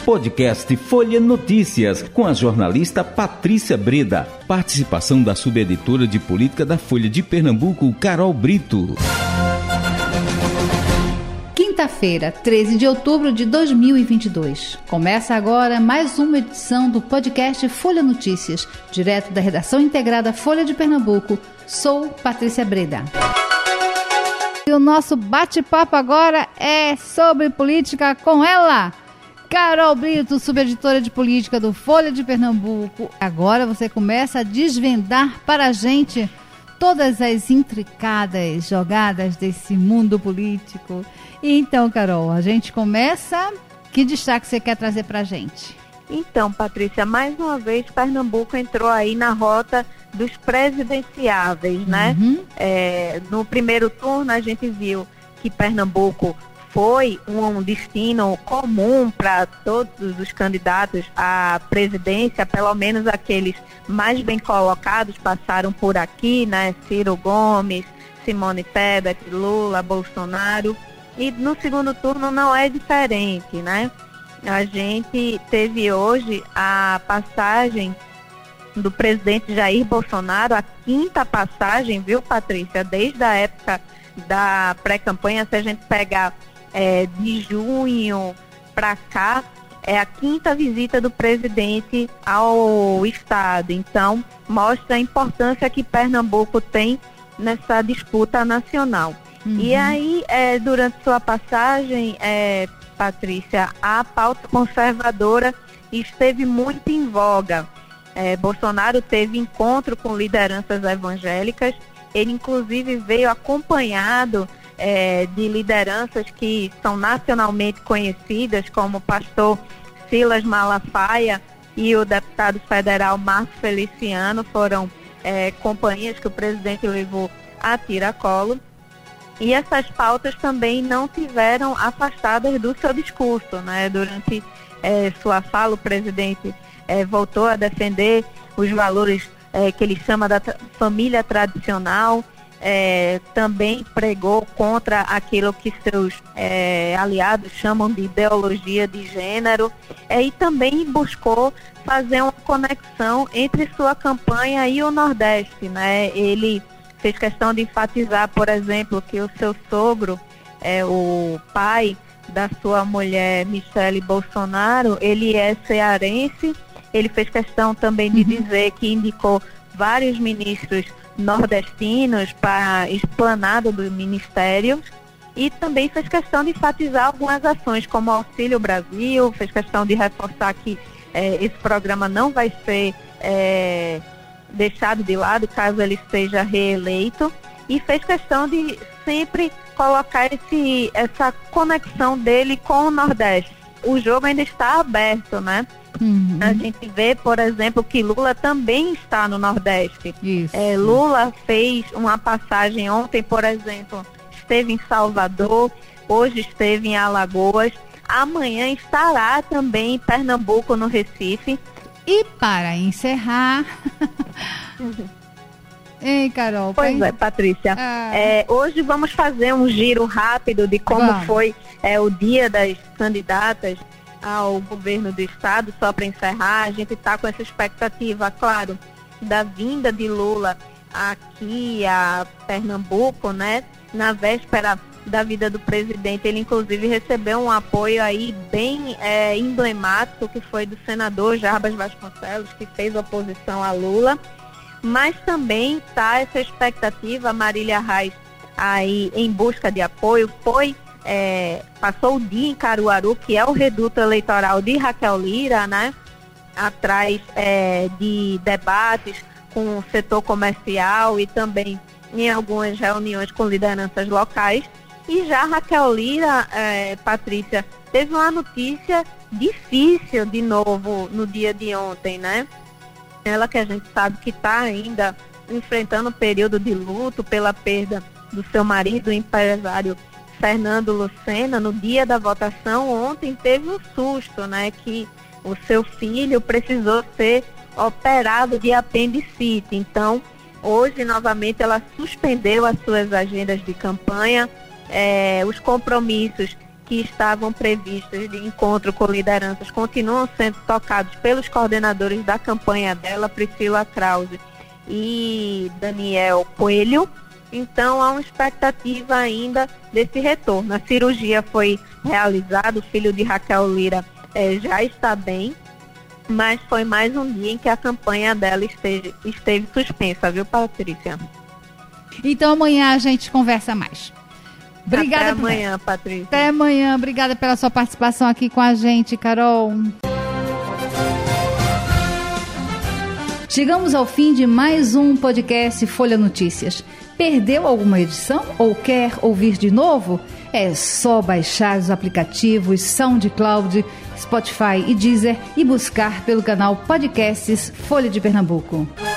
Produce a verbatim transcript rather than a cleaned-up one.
Podcast Folha Notícias, com a jornalista Patrícia Breda. Participação da subeditora de política da Folha de Pernambuco, Carol Brito. Quinta-feira, treze de outubro de dois mil e vinte e dois. Começa agora mais uma edição do podcast Folha Notícias, direto da redação integrada Folha de Pernambuco. Sou Patrícia Breda. E o nosso bate-papo agora é sobre política com ela, Carol Brito, subeditora de política do Folha de Pernambuco. Agora você começa a desvendar para a gente todas as intricadas jogadas desse mundo político. E então, Carol, a gente começa. Que destaque você quer trazer para a gente? Então, Patrícia, mais uma vez Pernambuco entrou aí na rota dos presidenciáveis, uhum. né? É, no primeiro turno a gente viu que Pernambuco foi um destino comum para todos os candidatos à presidência, pelo menos aqueles mais bem colocados passaram por aqui, né? Ciro Gomes, Simone Tebet, Lula, Bolsonaro. E no segundo turno não é diferente, né? A gente teve hoje a passagem do presidente Jair Bolsonaro, a quinta passagem, viu, Patrícia? Desde a época da pré-campanha, se a gente pegar é, de junho para cá, é a quinta visita do presidente ao estado. Então, mostra a importância que Pernambuco tem nessa disputa nacional. Uhum. E aí, é, durante sua passagem, é, Patrícia, a pauta conservadora esteve muito em voga. É, Bolsonaro teve encontro com lideranças evangélicas. Ele, inclusive, veio acompanhado é, de lideranças que são nacionalmente conhecidas, como o pastor Silas Malafaia e o deputado federal Marco Feliciano. Foram é, companhias que o presidente levou a tiracolo. E essas pautas também não tiveram afastadas do seu discurso, né? Durante é, sua fala, o presidente é, voltou a defender os valores é, que ele chama da tra- família tradicional, é, também pregou contra aquilo que seus é, aliados chamam de ideologia de gênero, é, e também buscou fazer uma conexão entre sua campanha e o Nordeste, né? Ele fez questão de enfatizar, por exemplo, que o seu sogro, é, o pai da sua mulher, Michele Bolsonaro, ele é cearense. Ele fez questão também de dizer que indicou vários ministros nordestinos para a esplanada do ministério, e também fez questão de enfatizar algumas ações, como o Auxílio Brasil, fez questão de reforçar que é, esse programa não vai ser É, deixado de lado caso ele seja reeleito, e fez questão de sempre colocar esse, essa conexão dele com o Nordeste. O jogo ainda está aberto, né? Uhum. A gente vê, por exemplo, que Lula também está no Nordeste. Isso. É, Lula fez uma passagem ontem, por exemplo, esteve em Salvador, hoje esteve em Alagoas, amanhã estará também em Pernambuco, no Recife. E para encerrar... Ei, Carol. Pois pra... é, Patrícia. Ah. É, hoje vamos fazer um giro rápido de como vamos. foi é, o dia das candidatas ao governo do estado. Só para encerrar, a gente está com essa expectativa, claro, da vinda de Lula aqui a Pernambuco, né? Na véspera da vida do presidente, ele inclusive recebeu um apoio aí bem é, emblemático, que foi do senador Jarbas Vasconcelos, que fez oposição a Lula. Mas também está essa expectativa, Marília Reis aí em busca de apoio, foi, é, passou o dia em Caruaru, que é o reduto eleitoral de Raquel Lira, né? Atrás é, de debates com o setor comercial e também em algumas reuniões com lideranças locais. E já Raquel Lira, é, Patrícia, teve uma notícia difícil de novo no dia de ontem, né? Ela, que a gente sabe que está ainda enfrentando um período de luto pela perda do seu marido, o empresário Fernando Lucena. No dia da votação, ontem teve um susto, né? Que o seu filho precisou ser operado de apendicite. Então, hoje, novamente, ela suspendeu as suas agendas de campanha. É, os compromissos que estavam previstos de encontro com lideranças continuam sendo tocados pelos coordenadores da campanha dela, Priscila Krause e Daniel Coelho. Então há uma expectativa ainda desse retorno. A cirurgia foi realizada, o filho de Raquel Lira eh, já está bem, mas foi mais um dia em que a campanha dela esteve, esteve suspensa, viu, Patrícia? Então amanhã a gente conversa mais. Obrigada. Até amanhã, Patrícia. Até amanhã. Obrigada pela sua participação aqui com a gente, Carol. Chegamos ao fim de mais um podcast Folha Notícias. Perdeu alguma edição ou quer ouvir de novo? É só baixar os aplicativos SoundCloud, Spotify e Deezer e buscar pelo canal Podcasts Folha de Pernambuco.